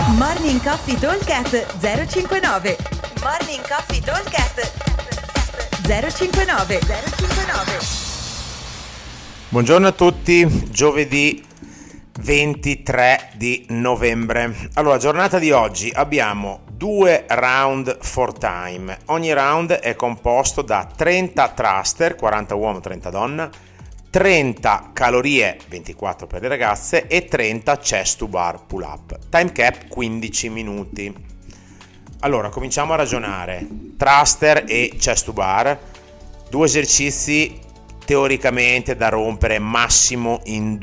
Morning Coffee Talkcast 059. Morning Coffee Talkcast 059. Buongiorno a tutti, giovedì 23 di novembre. Allora, giornata di oggi abbiamo 2 round for time. Ogni round è composto da 30 thruster, 40 uomo, 30 donna, 30 calorie, 24 per le ragazze, e 30 chest to bar pull up. Time cap 15 minuti. Allora, cominciamo a ragionare. Thruster e chest to bar, 2 esercizi teoricamente da rompere massimo in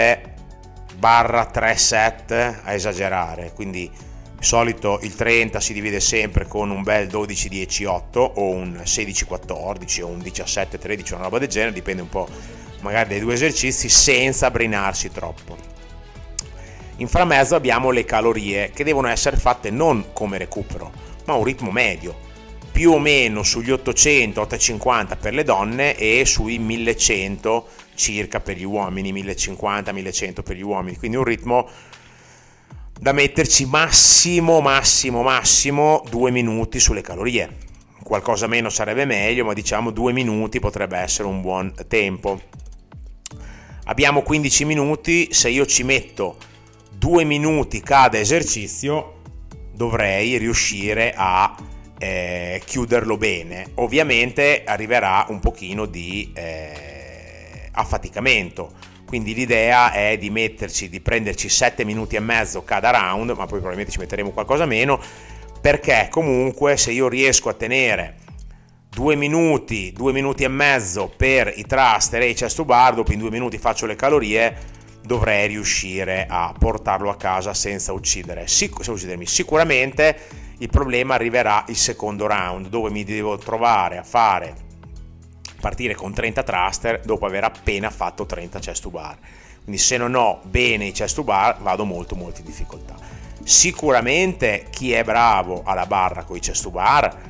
2/3 set, a esagerare. Quindi di solito il 30 si divide sempre con un bel 12-10-8 o un 16-14 o un 17-13, una roba del genere, dipende un po' magari dai 2 esercizi, senza brinarsi troppo. In framezzo abbiamo le calorie, che devono essere fatte non come recupero, ma a un ritmo medio, più o meno sugli 800-850 per le donne e sui 1100 circa per gli uomini, 1050-1100 per gli uomini, quindi un ritmo da metterci massimo 2 minuti sulle calorie. Qualcosa meno sarebbe meglio, ma diciamo 2 minuti potrebbe essere un buon tempo. Abbiamo 15 minuti, se io ci metto 2 minuti cada esercizio dovrei riuscire a chiuderlo bene. Ovviamente arriverà un pochino di affaticamento, quindi l'idea è di prenderci 7 minuti e mezzo cada round, ma poi probabilmente ci metteremo qualcosa meno, perché comunque se io riesco a tenere 2 minuti e mezzo per i thruster e i chest to bar, dopo in 2 minuti faccio le calorie, dovrei riuscire a portarlo a casa senza uccidermi. Sicuramente il problema arriverà il secondo round, dove mi devo trovare a partire con 30 thruster dopo aver appena fatto 30 chest to bar. Quindi se non ho bene i chest to bar vado molto in difficoltà. Sicuramente chi è bravo alla barra con i chest to bar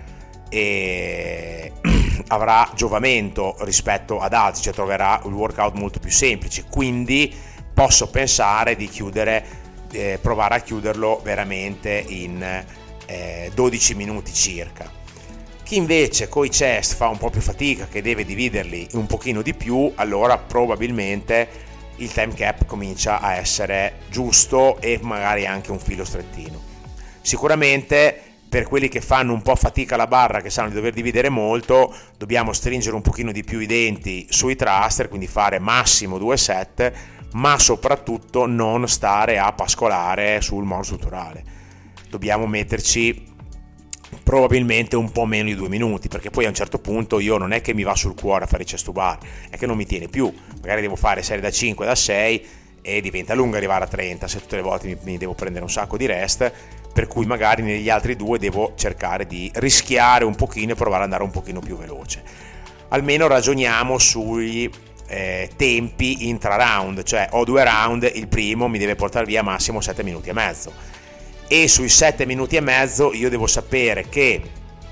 avrà giovamento rispetto ad altri, cioè troverà il workout molto più semplice, quindi posso pensare di provare a chiuderlo veramente in 12 minuti circa. Chi invece coi chest fa un po' più fatica, che deve dividerli un pochino di più, allora probabilmente il time cap comincia a essere giusto e magari anche un filo strettino. Sicuramente per quelli che fanno un po' fatica alla barra, che sanno di dover dividere molto, dobbiamo stringere un pochino di più i denti sui thruster, quindi fare massimo 2 set, ma soprattutto non stare a pascolare sul mono strutturale. Dobbiamo metterci probabilmente un po' meno di 2 minuti, perché poi a un certo punto io non è che mi va sul cuore a fare i chest to bar, è che non mi tiene più, magari devo fare serie da 5, da 6 e diventa lungo arrivare a 30 se tutte le volte mi devo prendere un sacco di rest, per cui magari negli altri 2 devo cercare di rischiare un pochino e provare ad andare un pochino più veloce. Almeno ragioniamo sui tempi intra round, cioè ho 2 round, il primo mi deve portare via massimo 7 minuti e mezzo, e sui 7 minuti e mezzo io devo sapere che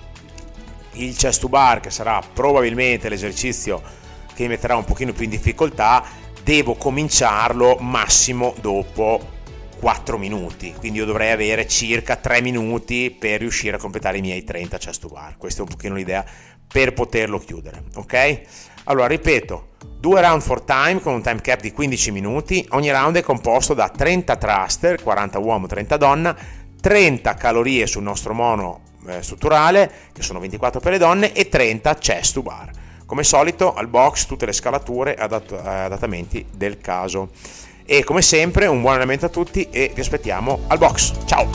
il chest to bar, che sarà probabilmente l'esercizio che mi metterà un pochino più in difficoltà, devo cominciarlo massimo dopo 4 minuti, quindi io dovrei avere circa 3 minuti per riuscire a completare i miei 30 chest to bar. Questa è un pochino l'idea per poterlo chiudere, ok? Allora, ripeto, 2 round for time con un time cap di 15 minuti, ogni round è composto da 30 thruster, 40 uomo, 30 donna, 30 calorie sul nostro mono strutturale, che sono 24 per le donne, e 30 chest to bar. Come solito al box tutte le scalature e adattamenti del caso. E come sempre un buon allenamento a tutti e vi aspettiamo al box. Ciao!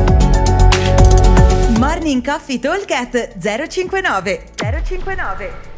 Morning Coffee Talkcast 059.